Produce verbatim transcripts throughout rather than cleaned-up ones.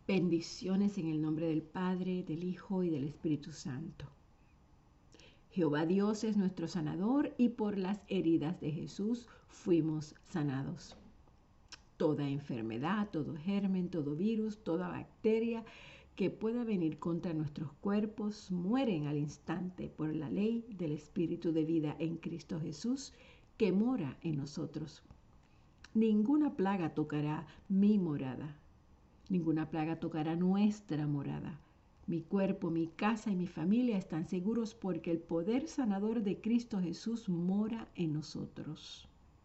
Bendiciones en el nombre del Padre, del Hijo y del Espíritu Santo. Jehová Dios es nuestro sanador y por las heridas de Jesús fuimos sanados. Toda enfermedad, todo germen, todo virus, toda bacteria que pueda venir contra nuestros cuerpos mueren al instante por la ley del Espíritu de vida en Cristo Jesús que mora en nosotros. Ninguna plaga tocará mi morada. Ninguna plaga tocará nuestra morada. Mi cuerpo, mi casa y mi familia están seguros porque el poder sanador de Cristo Jesús mora en nosotros.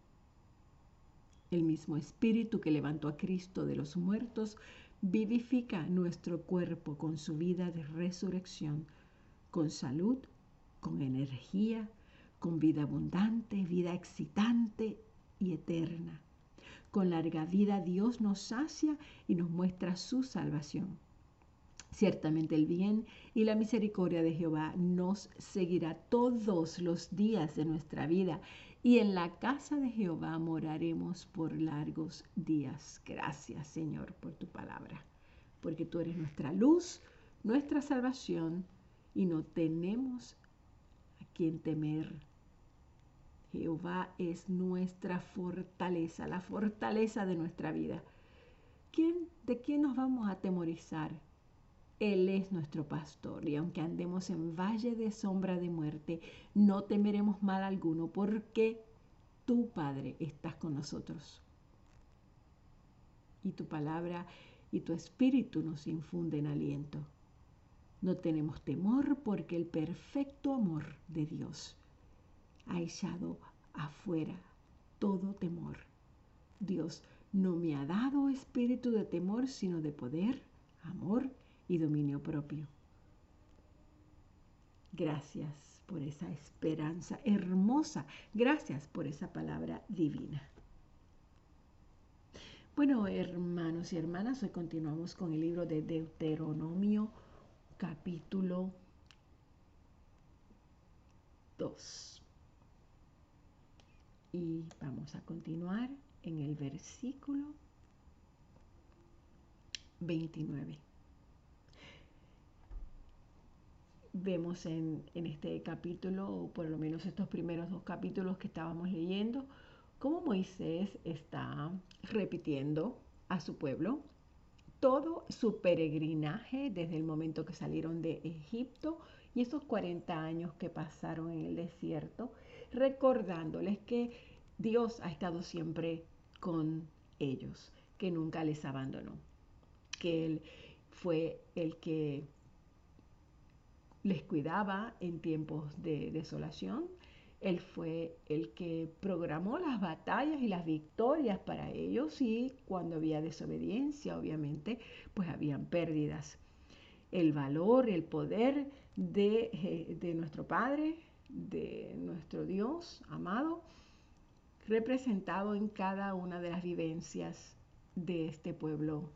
El mismo Espíritu que levantó a Cristo de los muertos vivifica nuestro cuerpo con su vida de resurrección, con salud, con energía, con vida abundante, vida excitante y eterna. Con larga vida Dios nos sacia y nos muestra su salvación. Ciertamente el bien y la misericordia de Jehová nos seguirá todos los días de nuestra vida y en la casa de Jehová moraremos por largos días. Gracias, Señor, por tu palabra, porque tú eres nuestra luz, nuestra salvación y no tenemos a quien temer. Jehová es nuestra fortaleza, la fortaleza de nuestra vida. ¿Quién, ¿De quién nos vamos a atemorizar? Él es nuestro pastor y aunque andemos en valle de sombra de muerte, no temeremos mal alguno porque tu Padre estás con nosotros. Y tu palabra y tu espíritu nos infunden aliento. No tenemos temor porque el perfecto amor de Dios ha echado afuera todo temor. Dios no me ha dado espíritu de temor, sino de poder, amor y dominio propio. Gracias por esa esperanza hermosa. Gracias por esa palabra divina. Bueno, hermanos y hermanas, hoy continuamos con el libro de Deuteronomio, capítulo dos. Y vamos a continuar en el versículo veintinueve. Vemos en, en este capítulo, o por lo menos estos primeros dos capítulos que estábamos leyendo, cómo Moisés está repitiendo a su pueblo todo su peregrinaje desde el momento que salieron de Egipto y esos cuarenta años que pasaron en el desierto, recordándoles que Dios ha estado siempre con ellos, que nunca les abandonó, que Él fue el que les cuidaba en tiempos de desolación. Él fue el que programó las batallas y las victorias para ellos y cuando había desobediencia, obviamente, pues habían pérdidas. El valor, el poder de, de nuestro Padre, de nuestro Dios amado, representado en cada una de las vivencias de este pueblo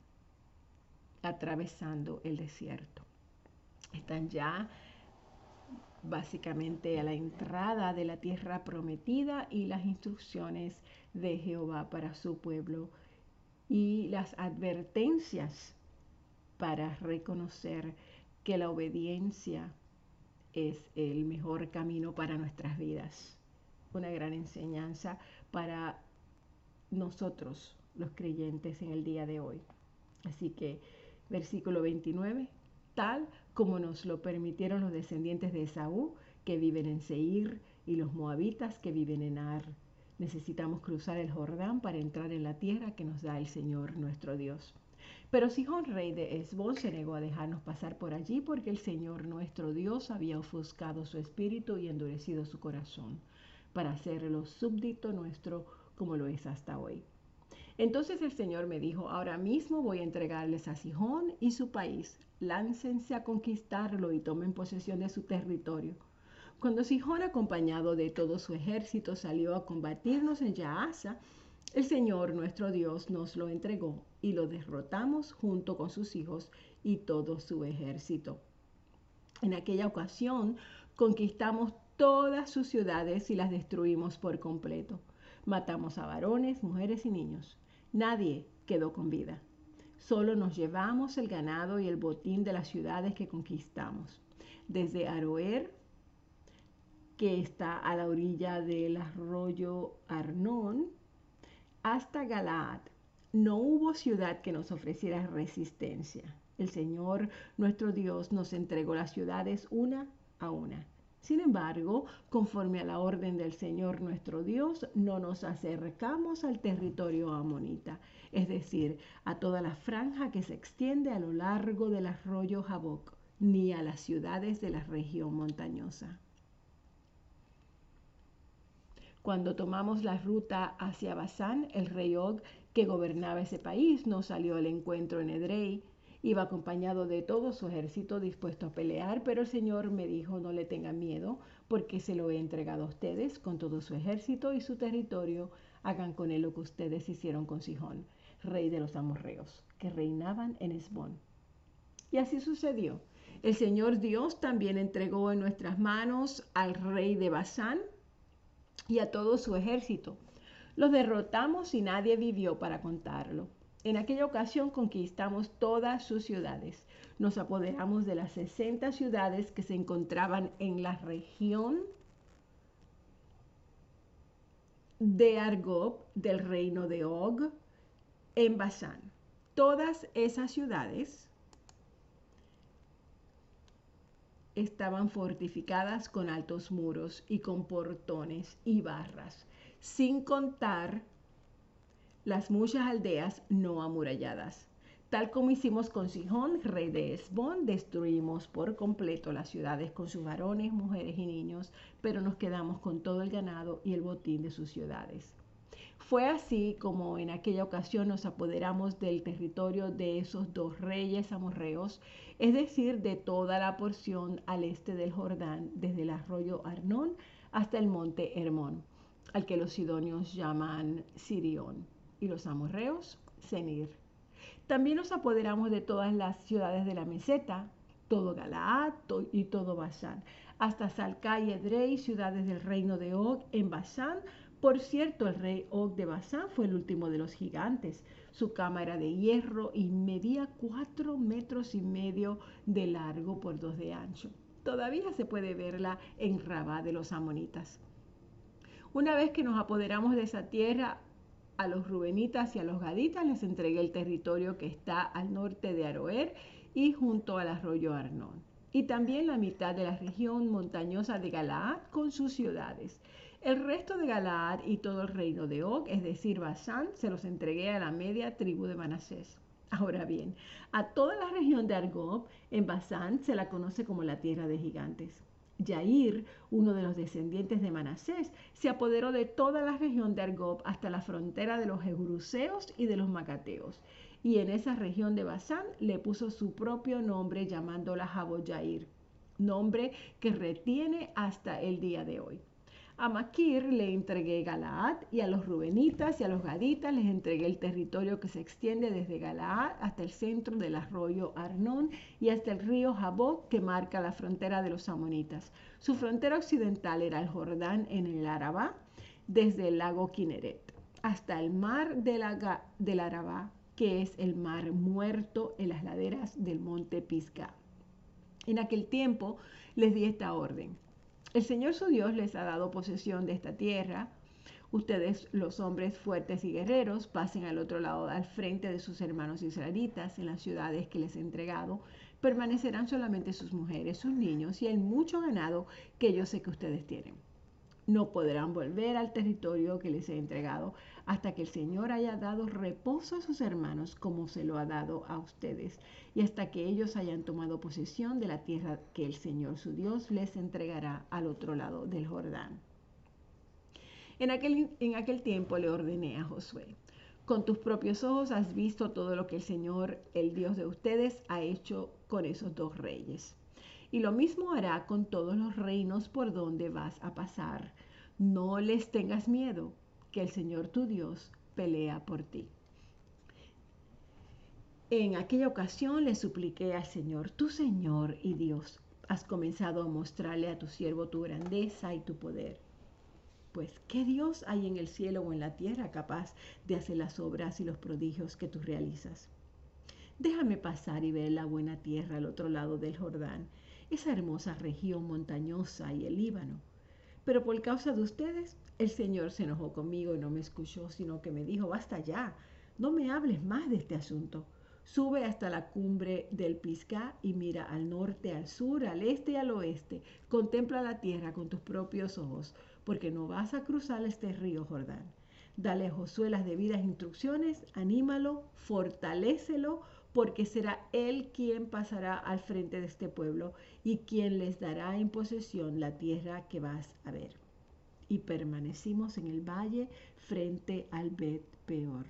atravesando el desierto. Están ya básicamente a la entrada de la tierra prometida y las instrucciones de Jehová para su pueblo y las advertencias para reconocer que la obediencia es el mejor camino para nuestras vidas. Una gran enseñanza para nosotros, los creyentes, en el día de hoy. Así que, versículo veintinueve, tal como nos lo permitieron los descendientes de Esaú, que viven en Seir, y los moabitas que viven en Ar. Necesitamos cruzar el Jordán para entrar en la tierra que nos da el Señor nuestro Dios. Pero Sihón, rey de Hesbón, se negó a dejarnos pasar por allí porque el Señor nuestro Dios había ofuscado su espíritu y endurecido su corazón, para hacerlo súbdito nuestro como lo es hasta hoy. Entonces el Señor me dijo, ahora mismo voy a entregarles a Sihón y su país. Láncense a conquistarlo y tomen posesión de su territorio. Cuando Sihón, acompañado de todo su ejército, salió a combatirnos en Yahaza, el Señor nuestro Dios nos lo entregó y lo derrotamos junto con sus hijos y todo su ejército. En aquella ocasión conquistamos todas sus ciudades y las destruimos por completo. Matamos a varones, mujeres y niños. Nadie quedó con vida. Solo nos llevamos el ganado y el botín de las ciudades que conquistamos. Desde Aroer, que está a la orilla del arroyo Arnón, hasta Galaad. No hubo ciudad que nos ofreciera resistencia. El Señor, nuestro Dios, nos entregó las ciudades una a una. Sin embargo, conforme a la orden del Señor nuestro Dios, no nos acercamos al territorio amonita, es decir, a toda la franja que se extiende a lo largo del arroyo Jaboc, ni a las ciudades de la región montañosa. Cuando tomamos la ruta hacia Basán, el rey Og, que gobernaba ese país, nos salió al encuentro en Edrei. Iba acompañado de todo su ejército dispuesto a pelear, pero el Señor me dijo, no le tengan miedo, porque se lo he entregado a ustedes con todo su ejército y su territorio. Hagan con él lo que ustedes hicieron con Sihón, rey de los amorreos, que reinaban en Hesbón. Y así sucedió. El Señor Dios también entregó en nuestras manos al rey de Basán y a todo su ejército. Los derrotamos y nadie vivió para contarlo. En aquella ocasión conquistamos todas sus ciudades. Nos apoderamos de las sesenta ciudades que se encontraban en la región de Argob del reino de Og en Basán. Todas esas ciudades estaban fortificadas con altos muros y con portones y barras, sin contar las muchas aldeas no amuralladas. Tal como hicimos con Sihón, rey de Hesbón, destruimos por completo las ciudades con sus varones, mujeres y niños, pero nos quedamos con todo el ganado y el botín de sus ciudades. Fue así como en aquella ocasión nos apoderamos del territorio de esos dos reyes amorreos, es decir, de toda la porción al este del Jordán, desde el arroyo Arnón hasta el monte Hermón, al que los sidonios llaman Sirión, y los amorreos Senir. También nos apoderamos de todas las ciudades de la meseta, todo Galaad y todo Basán, hasta Salcá y Edrei, ciudades del reino de Og en Basán. Por cierto, el rey Og de Basán fue el último de los gigantes. Su cama era de hierro y medía cuatro metros y medio de largo por dos de ancho. Todavía se puede verla en Rabá de los amonitas. Una vez que nos apoderamos de esa tierra, a los rubenitas y a los gaditas les entregué el territorio que está al norte de Aroer y junto al arroyo Arnón, y también la mitad de la región montañosa de Galaad con sus ciudades. El resto de Galaad y todo el reino de Og, es decir, Basán, se los entregué a la media tribu de Manasés. Ahora bien, a toda la región de Argob, en Basán, se la conoce como la tierra de gigantes. Yair, uno de los descendientes de Manasés, se apoderó de toda la región de Argob hasta la frontera de los jebuseos y de los macateos, y en esa región de Basán le puso su propio nombre llamándola Jabot Yair, nombre que retiene hasta el día de hoy. A Maquir le entregué Galaad, y a los rubenitas y a los gaditas les entregué el territorio que se extiende desde Galaad hasta el centro del arroyo Arnón y hasta el río Jaboc, que marca la frontera de los amonitas. Su frontera occidental era el Jordán en el Arabá, desde el lago Kineret hasta el mar de la, del Arabá, que es el mar muerto en las laderas del monte Pisgah. En aquel tiempo les di esta orden: el Señor su Dios les ha dado posesión de esta tierra. Ustedes, los hombres fuertes y guerreros, pasen al otro lado, al frente de sus hermanos israelitas, en las ciudades que les he entregado. Permanecerán solamente sus mujeres, sus niños y el mucho ganado que yo sé que ustedes tienen. No podrán volver al territorio que les he entregado hasta que el Señor haya dado reposo a sus hermanos como se lo ha dado a ustedes, y hasta que ellos hayan tomado posesión de la tierra que el Señor su Dios les entregará al otro lado del Jordán. En aquel, en aquel tiempo le ordené a Josué: con tus propios ojos has visto todo lo que el Señor, el Dios de ustedes, ha hecho con esos dos reyes. Y lo mismo hará con todos los reinos por donde vas a pasar. No les tengas miedo, que el Señor tu Dios pelea por ti. En aquella ocasión le supliqué al Señor: tu Señor y Dios, has comenzado a mostrarle a tu siervo tu grandeza y tu poder. Pues, ¿qué Dios hay en el cielo o en la tierra capaz de hacer las obras y los prodigios que tú realizas? Déjame pasar y ver la buena tierra al otro lado del Jordán, esa hermosa región montañosa y el Líbano. Pero por causa de ustedes, el Señor se enojó conmigo y no me escuchó, sino que me dijo, basta ya, no me hables más de este asunto. Sube hasta la cumbre del Pisgah y mira al norte, al sur, al este y al oeste. Contempla la tierra con tus propios ojos, porque no vas a cruzar este río Jordán. Dale a Josué las debidas instrucciones, anímalo, fortalécelo, porque será él quien pasará al frente de este pueblo y quien les dará en posesión la tierra que vas a ver. Y permanecimos en el valle frente al Bet Peor.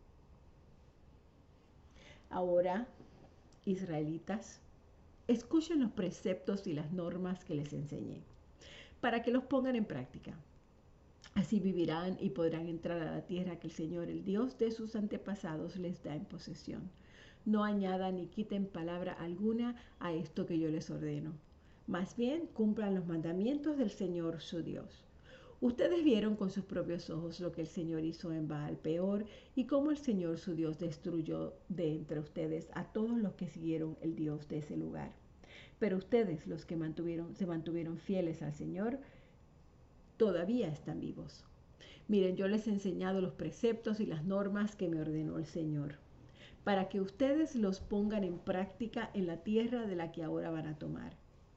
Ahora, israelitas, escuchen los preceptos y las normas que les enseñé, para que los pongan en práctica. Así vivirán y podrán entrar a la tierra que el Señor, el Dios de sus antepasados, les da en posesión. No añadan ni quiten palabra alguna a esto que yo les ordeno. Más bien, cumplan los mandamientos del Señor su Dios. Ustedes vieron con sus propios ojos lo que el Señor hizo en Baal Peor y cómo el Señor su Dios destruyó de entre ustedes a todos los que siguieron el Dios de ese lugar. Pero ustedes, los que mantuvieron, se mantuvieron fieles al Señor, todavía están vivos. Miren, yo les he enseñado los preceptos y las normas que me ordenó el Señor, para que ustedes los pongan en práctica en la tierra de la que ahora van a tomar.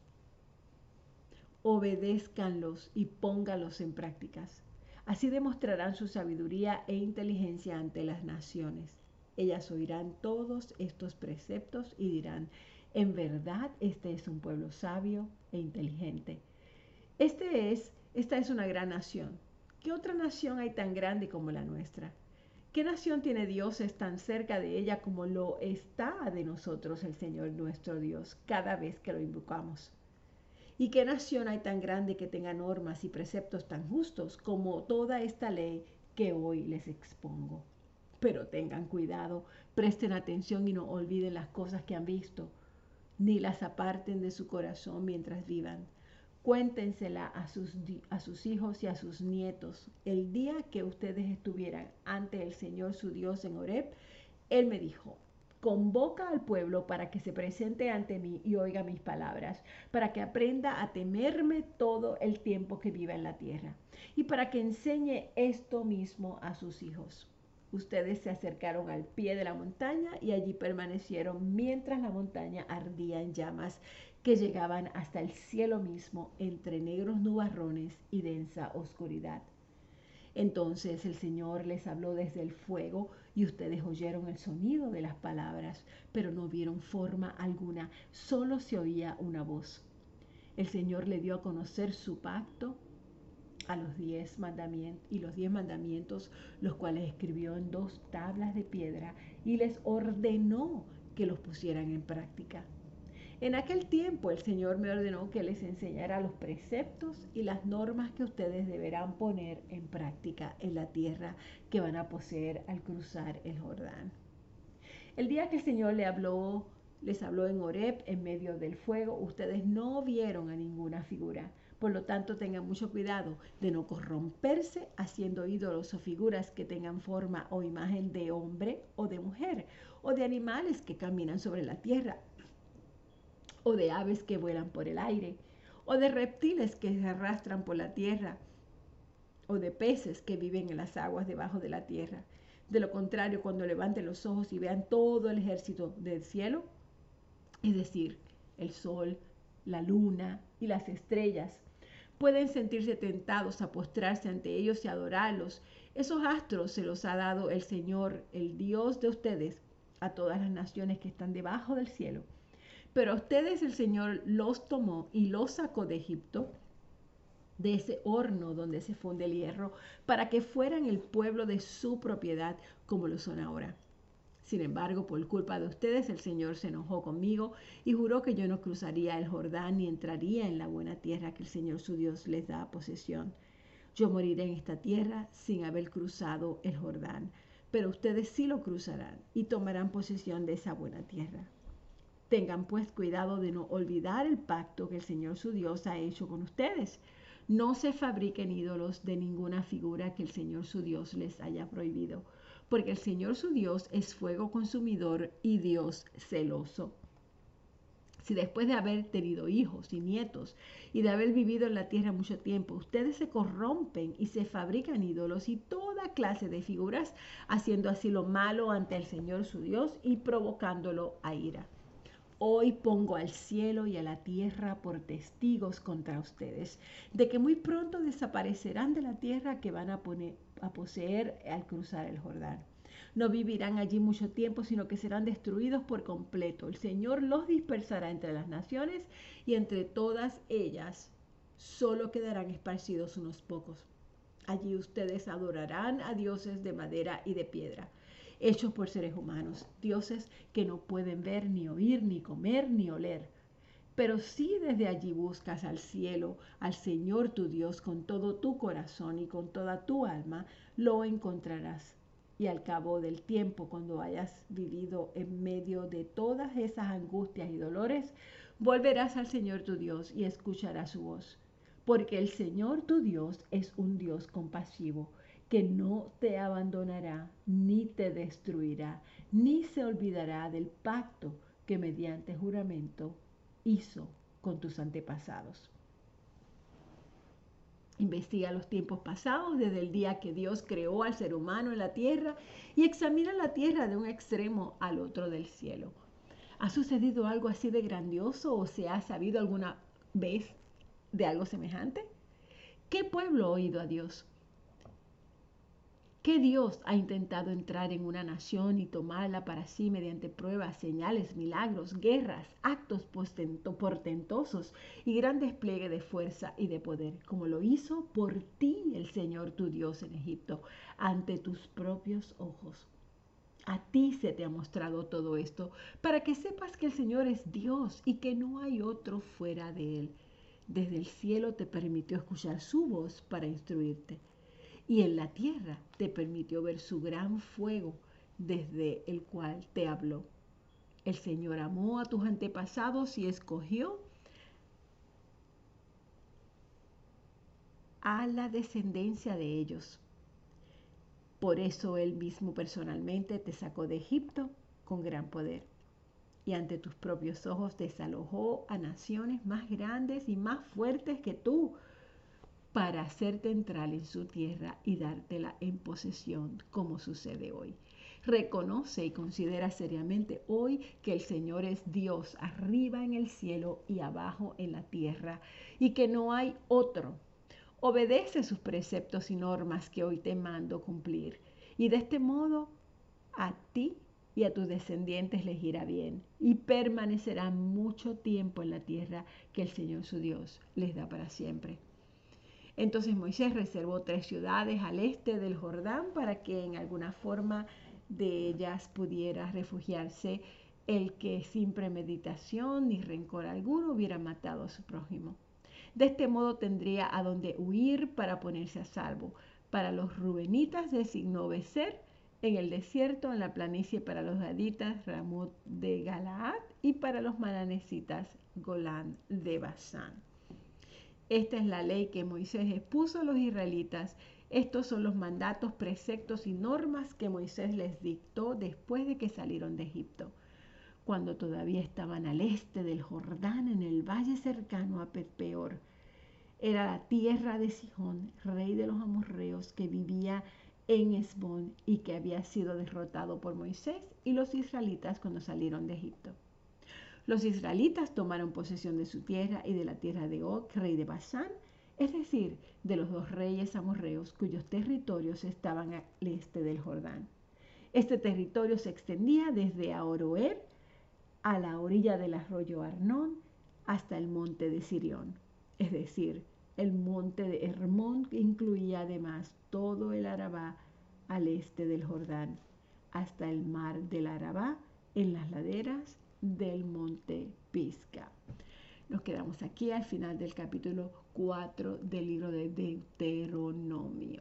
Obedézcanlos y póngalos en prácticas. Así demostrarán su sabiduría e inteligencia ante las naciones. Ellas oirán todos estos preceptos y dirán, en verdad este es un pueblo sabio e inteligente. Este es, esta es una gran nación. ¿Qué otra nación hay tan grande como la nuestra? ¿Qué nación tiene dioses tan cerca de ella como lo está de nosotros el Señor nuestro Dios cada vez que lo invocamos? ¿Y qué nación hay tan grande que tenga normas y preceptos tan justos como toda esta ley que hoy les expongo? Pero tengan cuidado, presten atención y no olviden las cosas que han visto, ni las aparten de su corazón mientras vivan. Cuéntensela a sus, a sus hijos y a sus nietos. El día que ustedes estuvieran ante el Señor su Dios en Horeb, Él me dijo, convoca al pueblo para que se presente ante mí y oiga mis palabras, para que aprenda a temerme todo el tiempo que viva en la tierra, y para que enseñe esto mismo a sus hijos. Ustedes se acercaron al pie de la montaña y allí permanecieron mientras la montaña ardía en llamas que llegaban hasta el cielo mismo entre negros nubarrones y densa oscuridad. Entonces el Señor les habló desde el fuego y ustedes oyeron el sonido de las palabras, pero no vieron forma alguna, solo se oía una voz. El Señor le dio a conocer su pacto a los diez mandamientos y los diez mandamientos, los cuales escribió en dos tablas de piedra y les ordenó que los pusieran en práctica. En aquel tiempo el Señor me ordenó que les enseñara los preceptos y las normas que ustedes deberán poner en práctica en la tierra que van a poseer al cruzar el Jordán. El día que el Señor le habló, les habló en Horeb, en medio del fuego, ustedes no vieron a ninguna figura. Por lo tanto, tengan mucho cuidado de no corromperse haciendo ídolos o figuras que tengan forma o imagen de hombre o de mujer, o de animales que caminan sobre la tierra, o de aves que vuelan por el aire, o de reptiles que se arrastran por la tierra, o de peces que viven en las aguas debajo de la tierra. De lo contrario, cuando levanten los ojos y vean todo el ejército del cielo, es decir, el sol, la luna y las estrellas, pueden sentirse tentados a postrarse ante ellos y adorarlos. Esos astros se los ha dado el Señor, el Dios de ustedes, a todas las naciones que están debajo del cielo. Pero a ustedes el Señor los tomó y los sacó de Egipto, de ese horno donde se funde el hierro, para que fueran el pueblo de su propiedad como lo son ahora. Sin embargo, por culpa de ustedes, el Señor se enojó conmigo y juró que yo no cruzaría el Jordán ni entraría en la buena tierra que el Señor su Dios les da a posesión. Yo moriré en esta tierra sin haber cruzado el Jordán, pero ustedes sí lo cruzarán y tomarán posesión de esa buena tierra. Tengan pues cuidado de no olvidar el pacto que el Señor su Dios ha hecho con ustedes. No se fabriquen ídolos de ninguna figura que el Señor su Dios les haya prohibido, porque el Señor su Dios es fuego consumidor y Dios celoso. Si después de haber tenido hijos y nietos y de haber vivido en la tierra mucho tiempo, ustedes se corrompen y se fabrican ídolos y toda clase de figuras, haciendo así lo malo ante el Señor su Dios y provocándolo a ira. Hoy pongo al cielo y a la tierra por testigos contra ustedes, de que muy pronto desaparecerán de la tierra que van a, poner, a poseer al cruzar el Jordán. No vivirán allí mucho tiempo, sino que serán destruidos por completo. El Señor los dispersará entre las naciones y entre todas ellas solo quedarán esparcidos unos pocos. Allí ustedes adorarán a dioses de madera y de piedra, hechos por seres humanos, dioses que no pueden ver, ni oír, ni comer, ni oler. Pero si desde allí buscas al cielo, al Señor tu Dios, con todo tu corazón y con toda tu alma, lo encontrarás. Y al cabo del tiempo, cuando hayas vivido en medio de todas esas angustias y dolores, volverás al Señor tu Dios y escucharás su voz. Porque el Señor tu Dios es un Dios compasivo, que no te abandonará, ni te destruirá, ni se olvidará del pacto que mediante juramento hizo con tus antepasados. Investiga los tiempos pasados, desde el día que Dios creó al ser humano en la tierra, y examina la tierra de un extremo al otro del cielo. ¿Ha sucedido algo así de grandioso o se ha sabido alguna vez de algo semejante? ¿Qué pueblo ha oído a Dios? ¿Qué Dios ha intentado entrar en una nación y tomarla para sí mediante pruebas, señales, milagros, guerras, actos portentosos y gran despliegue de fuerza y de poder, como lo hizo por ti el Señor tu Dios en Egipto, ante tus propios ojos? A ti se te ha mostrado todo esto para que sepas que el Señor es Dios y que no hay otro fuera de Él. Desde el cielo te permitió escuchar su voz para instruirte, y en la tierra te permitió ver su gran fuego desde el cual te habló. El Señor amó a tus antepasados y escogió a la descendencia de ellos. Por eso Él mismo personalmente te sacó de Egipto con gran poder, y ante tus propios ojos desalojó a naciones más grandes y más fuertes que tú, para hacerte entrar en su tierra y dártela en posesión, como sucede hoy. Reconoce y considera seriamente hoy que el Señor es Dios arriba en el cielo y abajo en la tierra, y que no hay otro. Obedece sus preceptos y normas que hoy te mando cumplir, y de este modo a ti y a tus descendientes les irá bien, y permanecerán mucho tiempo en la tierra que el Señor su Dios les da para siempre. Entonces Moisés reservó tres ciudades al este del Jordán para que en alguna forma de ellas pudiera refugiarse el que sin premeditación ni rencor alguno hubiera matado a su prójimo. De este modo tendría a dónde huir para ponerse a salvo. Para los rubenitas designó Becer en el desierto, en la planicie; para los gaditas Ramot de Galaad, y para los mananesitas Golán de Basán. Esta es la ley que Moisés expuso a los israelitas. Estos son los mandatos, preceptos y normas que Moisés les dictó después de que salieron de Egipto, cuando todavía estaban al este del Jordán, en el valle cercano a Bet-peor. Era la tierra de Sihón, rey de los amorreos, que vivía en Hesbón y que había sido derrotado por Moisés y los israelitas cuando salieron de Egipto. Los israelitas tomaron posesión de su tierra y de la tierra de Og, rey de Basán, es decir, de los dos reyes amorreos cuyos territorios estaban al este del Jordán. Este territorio se extendía desde Aroer a la orilla del arroyo Arnón hasta el monte de Sirión, es decir, el monte de Hermón, que incluía además todo el Arabá al este del Jordán, hasta el mar del Arabá en las laderas del monte Pisga. Nos quedamos aquí al final del capítulo cuatro del libro de Deuteronomio.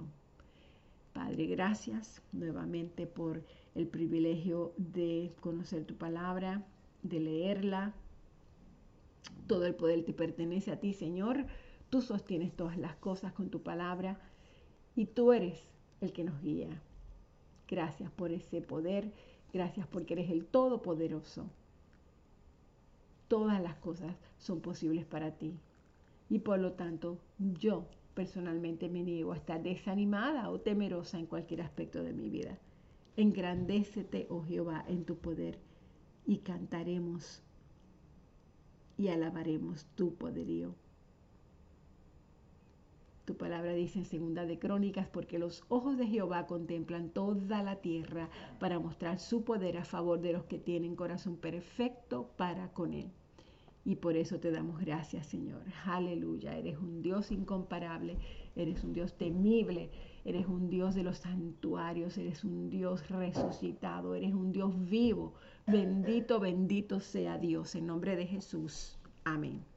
Padre, gracias nuevamente por el privilegio de conocer tu palabra, de leerla. Todo el poder te pertenece a ti, Señor. Tú sostienes todas las cosas con tu palabra y tú eres el que nos guía. Gracias por ese poder. Gracias porque eres el Todopoderoso. Todas las cosas son posibles para ti. Y por lo tanto, yo personalmente me niego a estar desanimada o temerosa en cualquier aspecto de mi vida. Engrandécete, oh Jehová, en tu poder y cantaremos y alabaremos tu poderío. Tu palabra dice en Segunda de Crónicas, porque los ojos de Jehová contemplan toda la tierra para mostrar su poder a favor de los que tienen corazón perfecto para con él. Y por eso te damos gracias, Señor. Aleluya. Eres un Dios incomparable. Eres un Dios temible. Eres un Dios de los santuarios. Eres un Dios resucitado. Eres un Dios vivo. Bendito, bendito sea Dios. En nombre de Jesús. Amén.